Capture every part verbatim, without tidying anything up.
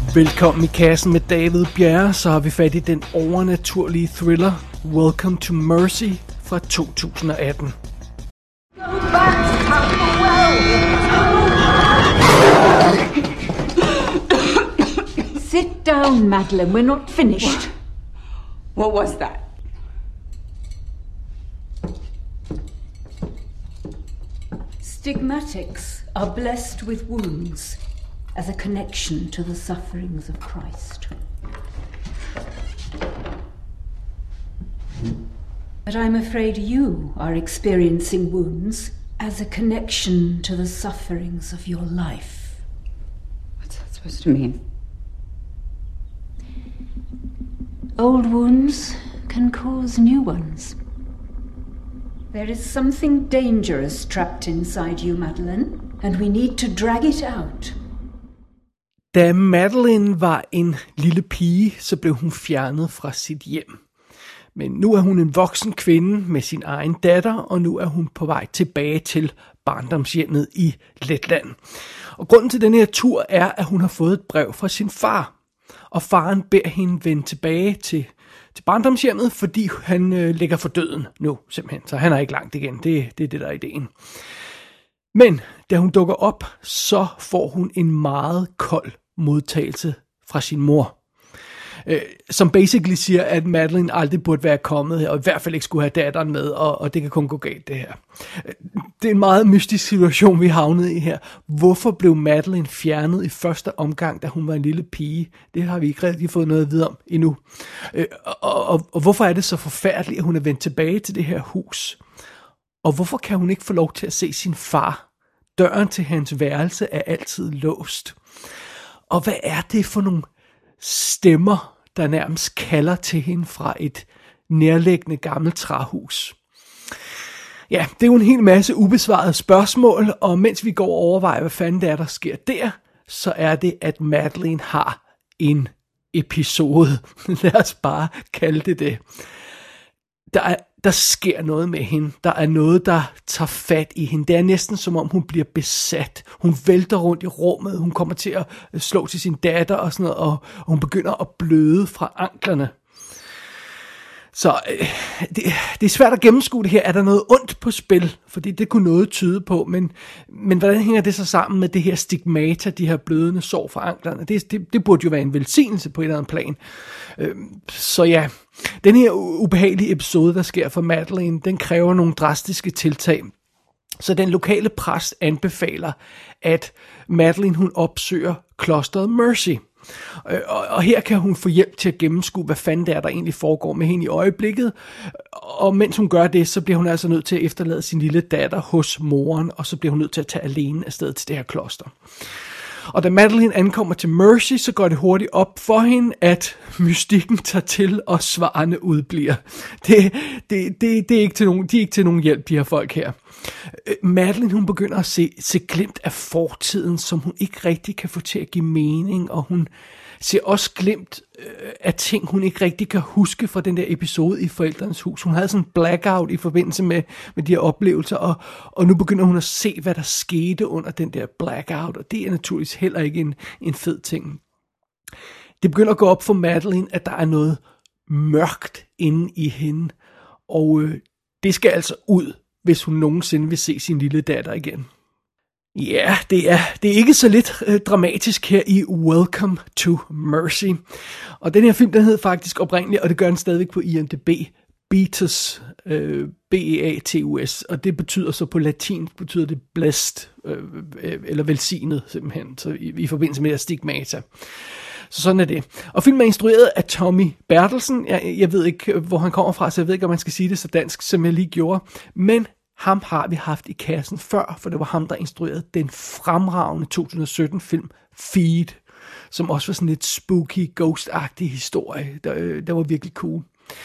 Velkommen i kassen med David Bjerre, så har vi fat i den overnaturlige thriller Welcome to Mercy fra to tusind og atten. Go back, Sit down, Madeline. We're not finished. What, what was that? Stigmatics are blessed with wounds as a connection to the sufferings of Christ. But I'm afraid you are experiencing wounds as a connection to the sufferings of your life. What's that supposed to mean? Old wounds can cause new ones. There is something dangerous trapped inside you, Madeline, and we need to drag it out. Da Madeline var en lille pige, så blev hun fjernet fra sit hjem. Men nu er hun en voksen kvinde med sin egen datter, og nu er hun på vej tilbage til barndomshjemmet i Letland. Og grunden til den her tur er, at hun har fået et brev fra sin far. Og faren beder hende vende tilbage til, til barndomshjemmet, fordi han øh, ligger for døden nu, simpelthen. Så han er ikke langt igen. Det, det er det, der er ideen. Men da hun dukker op, så får hun en meget kold modtagelse fra sin mor. Øh, som basically siger, at Madeline aldrig burde være kommet her, og i hvert fald ikke skulle have datteren med, og, og det kan kun gå galt, det her. Det er en meget mystisk situation, vi havnede i her. Hvorfor blev Madeline fjernet i første omgang, da hun var en lille pige? Det har vi ikke rigtig fået noget at vide om endnu. Øh, og, og, og hvorfor er det så forfærdeligt, at hun er vendt tilbage til det her hus? Og hvorfor kan hun ikke få lov til at se sin far? Døren til hans værelse er altid låst. Og hvad er det for nogle stemmer, der nærmest kalder til hende fra et nærliggende gammelt træhus? Ja, det er jo en hel masse ubesvarede spørgsmål, og mens vi går og overvejer, hvad fanden det er, der sker der, så er det, at Madeline har en episode. Lad os bare kalde det det. Der er Der sker noget med hende. Der er noget, der tager fat i hende. Det er næsten som om, hun bliver besat. Hun vælter rundt i rummet. Hun kommer til at slå til sin datter og sådan noget, og hun begynder at bløde fra anklerne. Så øh, det, det er svært at gennemskue det her. Er der noget ondt på spil? Fordi det kunne noget tyde på. Men, men hvordan hænger det så sammen med det her stigmata, de her blødende sår fra anklerne? Det, det, det burde jo være en velsignelse på et eller andet plan. Øh, så ja, den her ubehagelige episode, der sker for Madeline, den kræver nogle drastiske tiltag. Så den lokale præst anbefaler, at Madeline hun opsøger klosteret Mercy. Og her kan hun få hjælp til at gennemskue, hvad fanden det er, der egentlig foregår med hende i øjeblikket. Og mens hun gør det, så bliver hun altså nødt til at efterlade sin lille datter hos moren, og så bliver hun nødt til at tage alene afsted til det her kloster. Og da Madeline ankommer til Mercy, så går det hurtigt op for hende, at mystikken tager til, og svarene udbliver. Det, det, det, det er ikke til nogen, de er ikke til nogen hjælp, de her folk her. Madeline, hun begynder at se, se glimt af fortiden, som hun ikke rigtig kan få til at give mening, og hun ser også glimt øh, af ting, hun ikke rigtig kan huske fra den der episode i Forældrenes Hus. Hun havde sådan en blackout i forbindelse med, med de her oplevelser, og, og nu begynder hun at se, hvad der skete under den der blackout, og det er naturligvis heller ikke en, en fed ting. Det begynder at gå op for Madeline, at der er noget mørkt inde i hende, og øh, det skal altså ud, hvis hun nogensinde vil se sin lille datter igen. Ja, det er, det er ikke så lidt øh, dramatisk her i Welcome to Mercy. Og den her film, den hed faktisk oprindeligt, og det gør den stadigvæk på I M D B, Beatus, øh, B E A T U S, og det betyder så på latin, betyder det blessed, øh, eller velsignet simpelthen, så i, i forbindelse med stigmata. Så sådan er det. Og filmen er instrueret af Tommy Bertelsen. Jeg, jeg ved ikke, hvor han kommer fra, så jeg ved ikke, om man skal sige det så dansk, som jeg lige gjorde. Men ham har vi haft i kassen før, for det var ham, der instruerede den fremragende to tusind og sytten film Feed, som også var sådan lidt spooky, ghost-agtig historie. Der, der var virkelig cool.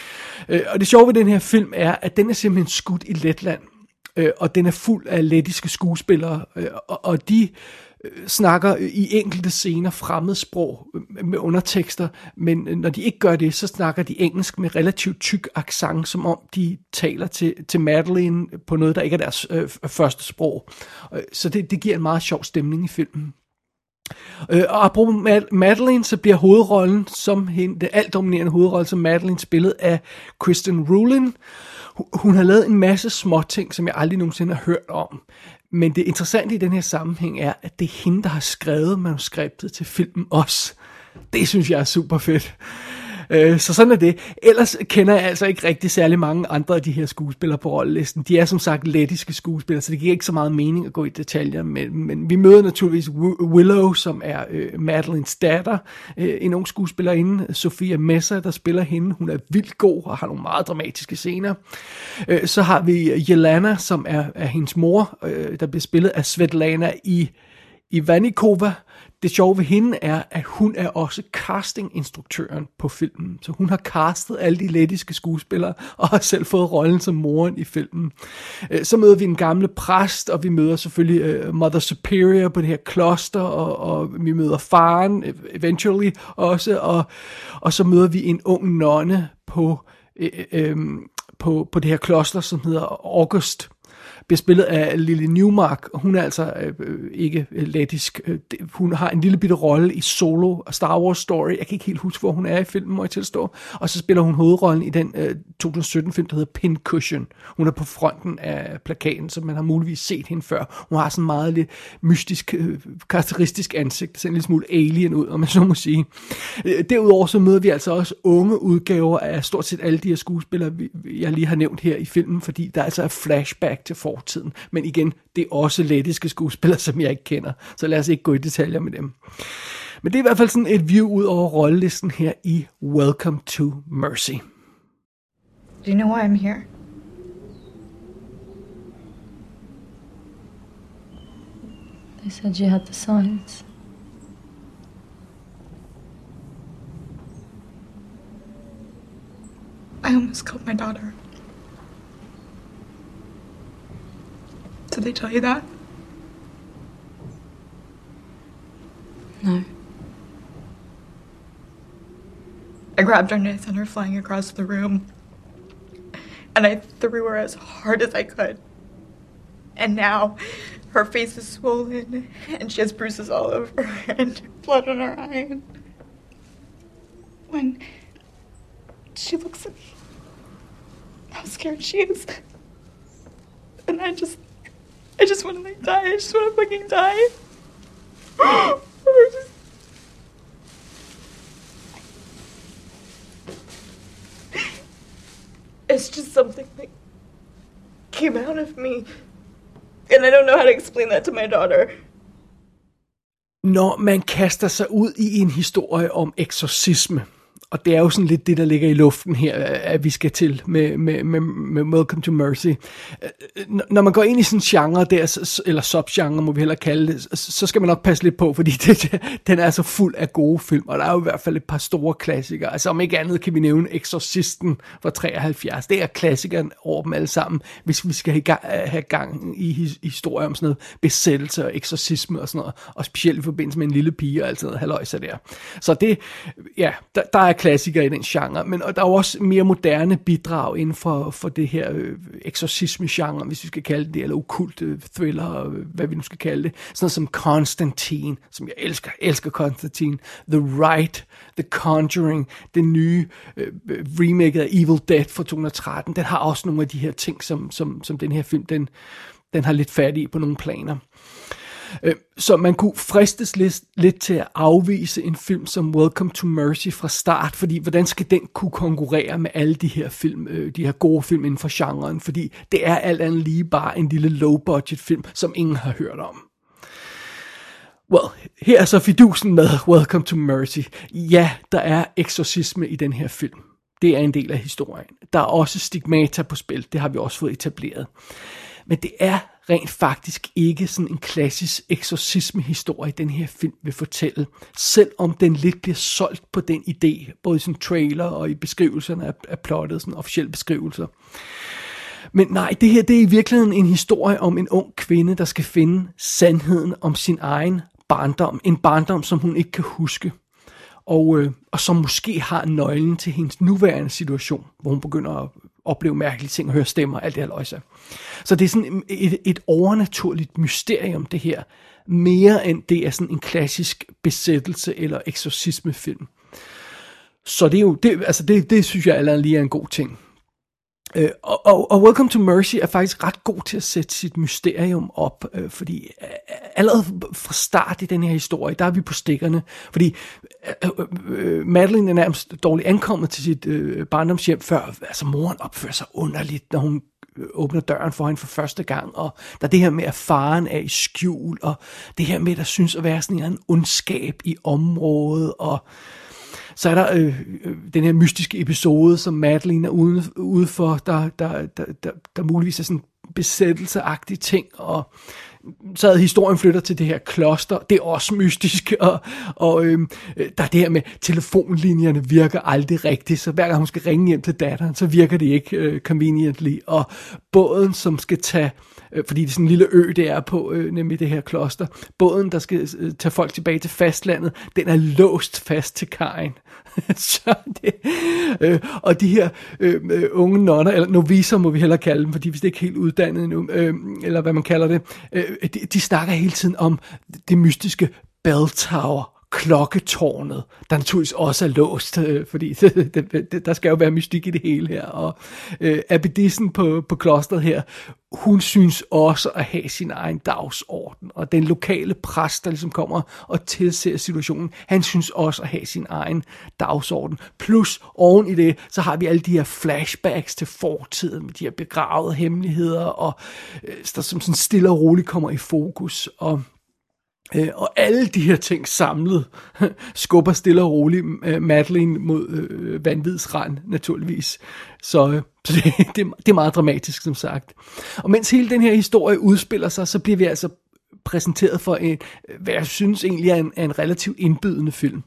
Og det sjove ved den her film er, at den er simpelthen skudt i Letland, og den er fuld af lettiske skuespillere, og de snakker i enkelte scener fremmedsprog med undertekster, men når de ikke gør det, så snakker de engelsk med relativt tyk accent, som om de taler til, til Madeline på noget, der ikke er deres øh, første sprog. Så det, det giver en meget sjov stemning i filmen. Øh, og apropos Mad- Madeleine, så bliver hovedrollen som hende, den alt dominerende hovedrolle som Madeleine, spillet af Kristen Rulin. Hun, hun har lavet en masse småting, som jeg aldrig nogensinde har hørt om. Men det interessante i den her sammenhæng er, at det er hende, der har skrevet manuskriptet til filmen også. Det synes jeg er super fedt. Så sådan er det. Ellers kender jeg altså ikke rigtig særlig mange andre af de her skuespillere på rollelisten. De er som sagt lettiske skuespillere, så det giver ikke så meget mening at gå i detaljer. Men, men vi møder naturligvis Willow, som er øh, Madeleines datter. Øh, en ung skuespillerinde, Sophia Messer, der spiller hende. Hun er vildt god og har nogle meget dramatiske scener. Øh, så har vi Jelena, som er, er hendes mor, øh, der bliver spillet af Svetlana i Ivanikova. Det sjove ved hende er, at hun er også castinginstruktøren på filmen. Så hun har castet alle de lettiske skuespillere, og har selv fået rollen som moren i filmen. Så møder vi en gamle præst, og vi møder selvfølgelig Mother Superior på det her kloster, og, og vi møder faren eventually også, og, og så møder vi en ung nonne på, øh, øh, på, på det her kloster, som hedder August. Bliver spillet af Lily Newmark, og hun er altså øh, ikke øh, lettisk. Øh, hun har en lille bitte rolle i Solo og Star Wars Story. Jeg kan ikke helt huske, hvor hun er i filmen, må jeg tilstå. Og så spiller hun hovedrollen i den øh, to tusind sytten film, der hedder Pincushion. Hun er på fronten af plakaten, så man har muligvis set hende før. Hun har sådan meget lidt mystisk, øh, karakteristisk ansigt. Det ser en lille smule alien ud, om man så må sige. Øh, derudover så møder vi altså også unge udgaver af stort set alle de her skuespillere, jeg lige har nævnt her i filmen, fordi der altså er flashback til for tiden. Men igen, det er også lettiske skuespillere, som jeg ikke kender, så lad os ikke gå i detaljer med dem. Men det er i hvert fald sådan et view ud over rollelisten her i Welcome to Mercy. Do you know why I'm here? They said you had the signs. I almost killed my daughter. Did they tell you that? No. I grabbed her and I sent her flying across the room. And I threw her as hard as I could. And now her face is swollen and she has bruises all over her and blood on her eye. And when she looks at me, how scared she is. And I just... I just want to like die. I just want to fucking die. It's just something that came out of me. And I don't know how to explain that to my daughter. Når man kaster sig ud i en historie om eksorcisme, og det er jo sådan lidt det, der ligger i luften her, at vi skal til med, med, med, med Welcome to Mercy. Når man går ind i sådan en genre der, eller subgenre må vi hellere kalde det, så skal man nok passe lidt på, fordi det, den er så fuld af gode film, og der er jo i hvert fald et par store klassikere. Altså om ikke andet kan vi nævne Exorcisten fra treoghalvfjerds. Det er klassikeren over dem alle sammen, hvis vi skal have gang, have gang i historier om sådan noget besættelse og eksorcisme og sådan noget, og specielt i forbindelse med en lille pige og alt sådan noget halløjse der. Så det, ja, der, der er klassikere i den genre, men der er også mere moderne bidrag inden for, for det her øh, eksorcisme-genre, hvis vi skal kalde det, eller okkult øh, thriller, øh, hvad vi nu skal kalde det. Sådan noget som Constantine, som jeg elsker, elsker Constantine, The Rite, The Conjuring, den nye øh, remake af Evil Dead fra to tusind og tretten, den har også nogle af de her ting, som, som, som den her film, den, den har lidt fat i på nogle planer. Så man kunne fristes lidt, lidt til at afvise en film som Welcome to Mercy fra start, fordi hvordan skal den kunne konkurrere med alle de her film, de her gode film inden for genren, fordi det er alt andet lige bare en lille low-budget film, som ingen har hørt om. Well, her er så fidusen med Welcome to Mercy. Ja, der er eksorcisme i den her film. Det er en del af historien. Der er også stigmata på spil, det har vi også fået etableret. Men det er rent faktisk ikke sådan en klassisk eksorcisme-historie, den her film vil fortælle, selvom den lidt bliver solgt på den idé, både i sådan trailer og i beskrivelserne af, af plottet, sådan officielle beskrivelser. Men nej, det her det er i virkeligheden en historie om en ung kvinde, der skal finde sandheden om sin egen barndom. En barndom, som hun ikke kan huske. Og, øh, og som måske har nøglen til hendes nuværende situation, hvor hun begynder at opleve mærkelige ting, høre stemmer, alt det her løjse. Så det er sådan et, et overnaturligt mysterium, det her, mere end det er sådan en klassisk besættelse eller eksorcismefilm. Så det er jo, det, altså det, det synes jeg allerede lige er en god ting. Uh, og, og, og Welcome to Mercy er faktisk ret god til at sætte sit mysterium op, uh, fordi uh, allerede fra start i den her historie, der er vi på stikkerne, fordi uh, uh, Madeleine er nærmest dårligt ankommet til sit uh, barndomshjem, før altså moren opfører sig underligt, når hun åbner døren for hende for første gang, og der er det her med, at faren er i skjul, og det her med, at der synes at være sådan en ondskab i området, og så er der øh, øh, den her mystiske episode, som Madeleine er ude, ude for, der, der, der, der, der muligvis er sådan besættelseagtige ting, og så at historien flytter til det her kloster, det er også mystisk, og, og øh, der er det her med, telefonlinjerne virker aldrig rigtigt, så hver gang hun skal ringe hjem til datteren, så virker det ikke øh, conveniently, og båden, som skal tage, øh, fordi det er sådan en lille ø, det er på, øh, nemlig det her kloster, båden, der skal øh, tage folk tilbage til fastlandet, den er låst fast til kajen. så det, øh, og de her øh, øh, unge nonner, eller novicer må vi hellere kalde dem, fordi hvis det ikke er helt uddannet endnu, øh, eller hvad man kalder det, øh, de, de snakker hele tiden om det mystiske Bell Tower, klokketårnet, der naturligvis også er låst, øh, fordi det, det, der skal jo være mystik i det hele her, og øh, abbedissen på, på klosteret her, hun synes også at have sin egen dagsorden, og den lokale præst, der ligesom kommer og tilser situationen, han synes også at have sin egen dagsorden, plus oven i det, så har vi alle de her flashbacks til fortiden, med de her begravede hemmeligheder, og øh, der som sådan stille og roligt kommer i fokus, og Øh, og alle de her ting samlet skubber stille og roligt øh, Madeleine mod øh, vanvidsrand, naturligvis. Så, øh, så det, det, det er meget dramatisk, som sagt. Og mens hele den her historie udspiller sig, så bliver vi altså præsenteret for en, hvad jeg synes egentlig er en, er en relativt indbydende film.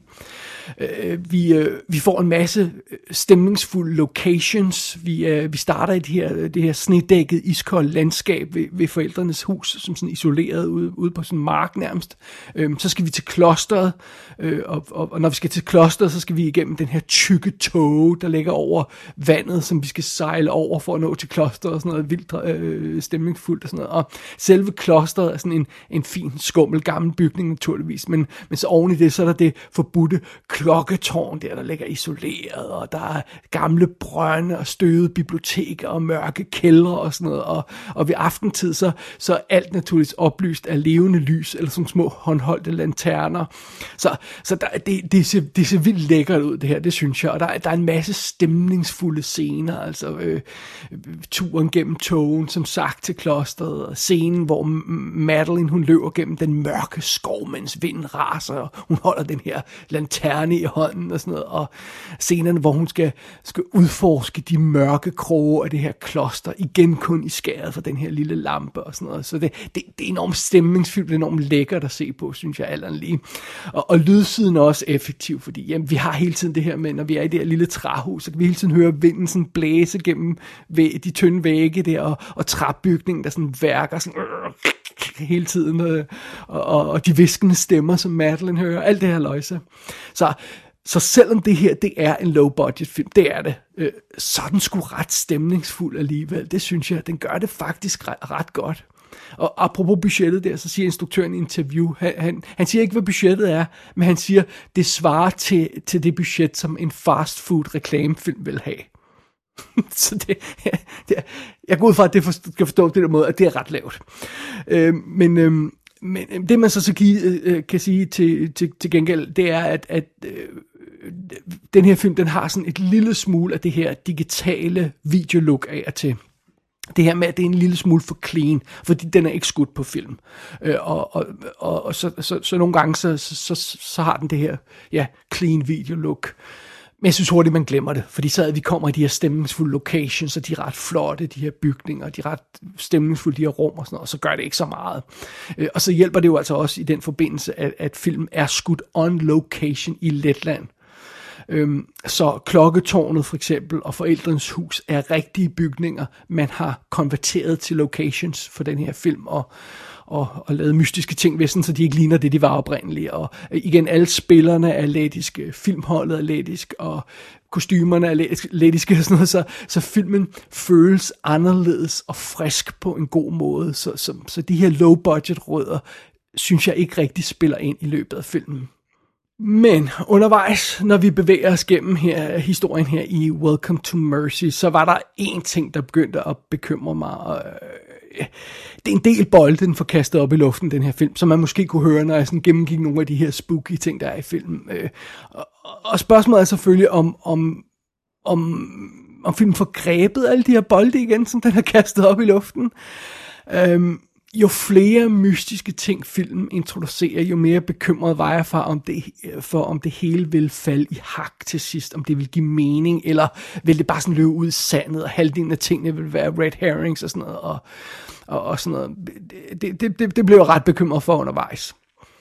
Øh, vi, øh, vi får en masse stemningsfulde locations. Vi, øh, vi starter i det her, det her snedækket, iskoldt landskab ved, ved forældrenes hus, som sådan isoleret ude, ude på sådan en mark nærmest. Øh, så skal vi til klosteret, øh, og, og, og når vi skal til klosteret, så skal vi igennem den her tykke tåge, der ligger over vandet, som vi skal sejle over for at nå til klosteret, og sådan noget vildt øh, stemningsfuldt og sådan noget. Og selve klosteret er sådan en, en fin, skummel, gammel bygning naturligvis, men, men så oven i det, så er der det forbudte klokketårn der, der ligger isoleret, og der er gamle brønde og støvede biblioteker og mørke kældre og sådan noget, og, og ved aftentid, så, så er alt naturligvis oplyst af levende lys, eller sådan små håndholdte lanterner. Så, så der, det, det, ser, det ser vildt lækkert ud, det her, det synes jeg, og der, der er en masse stemningsfulde scener, altså øh, turen gennem togen, som sagt, til klosteret, og scenen, hvor Madeleine, hun løber gennem den mørke skov, mens vinden raser, og hun holder den her lanterne i hånden og sådan noget, og scenerne, hvor hun skal, skal udforske de mørke kroge af det her kloster, igen kun i skæret for den her lille lampe og sådan noget, så det, det, det er enormt stemningsfyldt, det er enormt lækkert at se på, synes jeg, alt lige. Og, og lydsiden er også effektiv, fordi jamen, vi har hele tiden det her med, når vi er i det her lille træhus, så kan vi hele tiden høre vinden sådan blæse gennem væg, de tynde vægge der, og, og træbygningen, der sådan værker sådan øh, hele tiden, og, og, og de viskende stemmer, som Madeleine hører, alt det her løjse. Så, så selvom det her, det er en low-budget film, det er det, øh, så er den sgu ret stemningsfuld alligevel. Det synes jeg, den gør det faktisk ret, ret godt. Og apropos budgettet der, så siger instruktøren i en interview, han, han, han siger ikke, hvad budgettet er, men han siger, det svarer til, til det budget, som en fast food reklamefilm vil have. Så det, det, jeg går ud fra, at det for, skal forstå det der måde, at det er ret lavt. Øh, men, øh, men det man så, så kan, øh, kan sige til, til, til gengæld, det er, at, at øh, den her film, den har sådan et lille smule af det her digitale videolook af og til. Det her med, at det er en lille smule for clean, fordi den er ikke skudt på film. Øh, og og, og, og så, så, så nogle gange, så, så, så, så har den det her ja, clean videolook. Men jeg synes hurtigt, man glemmer det, fordi så at vi kommer i de her stemningsfulde locations, og de er ret flotte, de her bygninger, de er ret stemningsfulde, de her rum og sådan noget, og så gør det ikke så meget. Øh, og så hjælper det jo altså også i den forbindelse, at, at filmen er skudt on location i Letland. Øhm, så klokketårnet for eksempel og Forældrenes Hus er rigtige bygninger, man har konverteret til locations for den her film, og, og, og lavet mystiske ting ved, sådan, så de ikke ligner det, de var oprindelige. Og igen, alle spillerne er lettiske, filmholdet er lettisk, og kostymerne er lettiske og sådan noget, så, så filmen føles anderledes og frisk på en god måde. Så, så, så de her low-budget rødder, synes jeg ikke rigtig spiller ind i løbet af filmen. Men undervejs, når vi bevæger os gennem her, historien her i Welcome to Mercy, så var der en ting, der begyndte at bekymre mig. Og, øh, det er en del bolde, den får kastet op i luften, den her film, som man måske kunne høre, når jeg sådan gennemgik nogle af de her spooky ting, der er i filmen. Øh, og, og spørgsmålet er selvfølgelig, om, om, om, om filmen får grebet alle de her bolde igen, som den har kastet op i luften. Øh, Jo flere mystiske ting filmen introducerer, jo mere bekymret var jeg for om, det, for, om det hele vil falde i hak til sidst, om det vil give mening, eller vil det bare sådan løbe ud i sandet, og halvdelen af tingene vil være red herrings og sådan noget, og, og, og sådan noget. Det, det, det, det blev jeg ret bekymret for undervejs.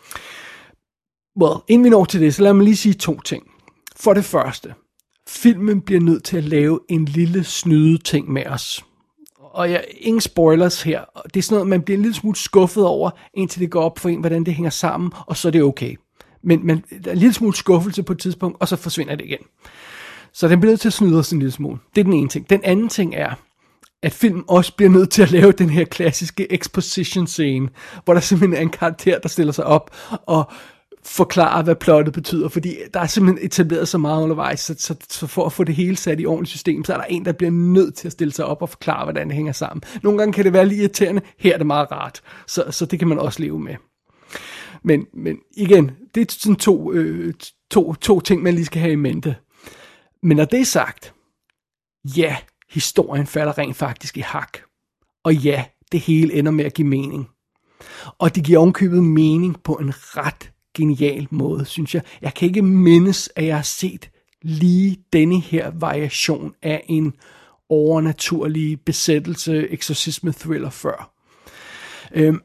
Well, inden vi når til det, så lad mig lige sige to ting. For det første, filmen bliver nødt til at lave en lille snyde ting med os. Og jeg, ingen spoilers her. Det er sådan noget, man bliver en lille smule skuffet over, indtil det går op for en, hvordan det hænger sammen, og så er det okay. Men, men der er en lille smule skuffelse på et tidspunkt, og så forsvinder det igen. Så den bliver nødt til at snyde os en lille smule. Det er den ene ting. Den anden ting er, at filmen også bliver nødt til at lave den her klassiske exposition scene, hvor der simpelthen er en karakter, der stiller sig op og forklare, hvad plottet betyder, fordi der er simpelthen etableret så meget undervejs, så, så, så for at få det hele sat i ordentligt system, så er der en, der bliver nødt til at stille sig op og forklare, hvordan det hænger sammen. Nogle gange kan det være lidt irriterende, her er det meget rart, så, så det kan man også leve med. Men, men igen, det er sådan to, øh, to, to ting, man lige skal have i mente. Men når det er sagt, ja, historien falder rent faktisk i hak. Og ja, det hele ender med at give mening. Og det giver ovenkøbet mening på en ret genial måde, synes jeg. Jeg kan ikke mindes, at jeg har set lige denne her variation af en overnaturlig besættelse, eksorcisme thriller før. Øhm,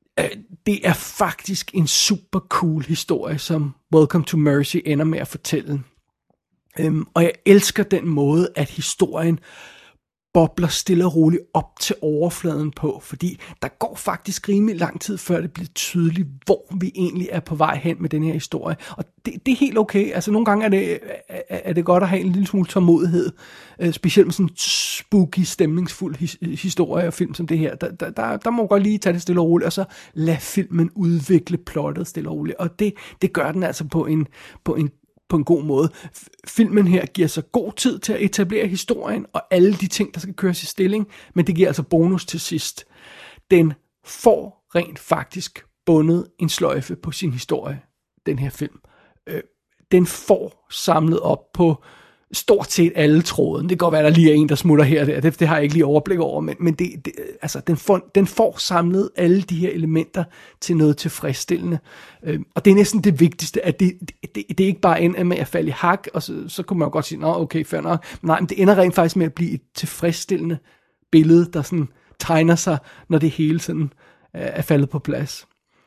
det er faktisk en super cool historie, som Welcome to Mercy ender med at fortælle. Øhm, og jeg elsker den måde, at historien bobler stille og roligt op til overfladen på, fordi der går faktisk rimelig lang tid, før det bliver tydeligt, hvor vi egentlig er på vej hen med den her historie. Og det, det er helt okay. Altså nogle gange er det, er, er det godt at have en lille smule tålmodighed, øh, specielt med sådan en spooky, stemningsfuld his, historie og film som det her. Der, der, der, der må man godt lige tage det stille og roligt, og så lade filmen udvikle plottet stille og roligt. Og det, det gør den altså på en, på en på en god måde. Filmen her giver sig god tid til at etablere historien og alle de ting, der skal køres i stilling, men det giver altså bonus til sidst. Den får rent faktisk bundet en sløjfe på sin historie, den her film. Øh, den får samlet op på stort set alle tråden. Det kan godt være, der lige er en, der smutter her og der. Det, det har jeg ikke lige overblik over, men, men det, det, altså, den, får, den får samlet alle de her elementer til noget tilfredsstillende. Øh, og det er næsten det vigtigste, at det, det, det, det ikke bare ender med at falde i hak, og så, så kunne man jo godt sige, nå okay, fair nok. Nej, men det ender rent faktisk med at blive et tilfredsstillende billede, der sådan tegner sig, når det hele sådan øh, er faldet på plads.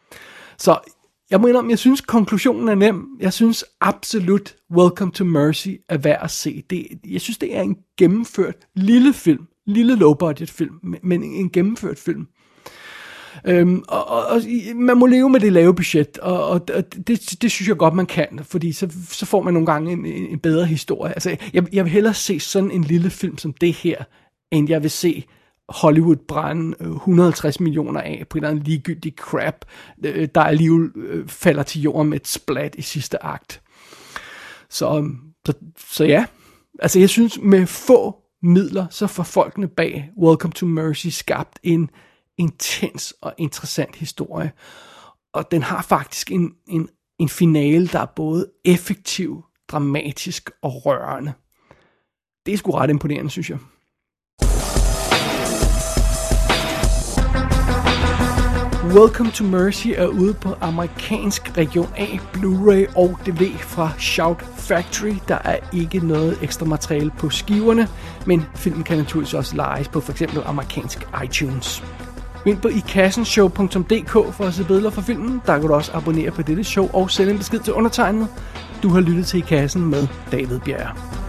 Så jeg må indrømme, jeg synes, konklusionen er nem. Jeg synes absolut, Welcome to Mercy er værd at se. Det, jeg synes, det er en gennemført lille film. Lille low-budget film, men en gennemført film. Øhm, og, og, og man må leve med det lave budget, og, og det, det synes jeg godt, man kan, fordi så, så får man nogle gange en, en bedre historie. Altså, jeg, jeg vil hellere se sådan en lille film som det her, end jeg vil se Hollywood brænde et hundrede og halvtreds millioner af på en eller anden ligegyldig crap, der alligevel falder til jorden med et splat i sidste akt. Så, så, så ja, altså jeg synes med få midler, så får folkene bag Welcome to Mercy skabt en intens og interessant historie. Og den har faktisk en, en, en finale, der er både effektiv, dramatisk og rørende. Det er sgu ret imponerende, synes jeg. Welcome to Mercy er ude på amerikansk region A, Blu-ray og D V D fra Shout Factory. Der er ikke noget ekstra materiale på skiverne, men filmen kan naturligvis også lejes på f.eks. amerikansk iTunes. Gå ind på ikassenshow punktum d k for at se billeder fra filmen. Der kan du også abonnere på dette show og sende en besked til undertegnet. Du har lyttet til I Kassen med David Bjerre.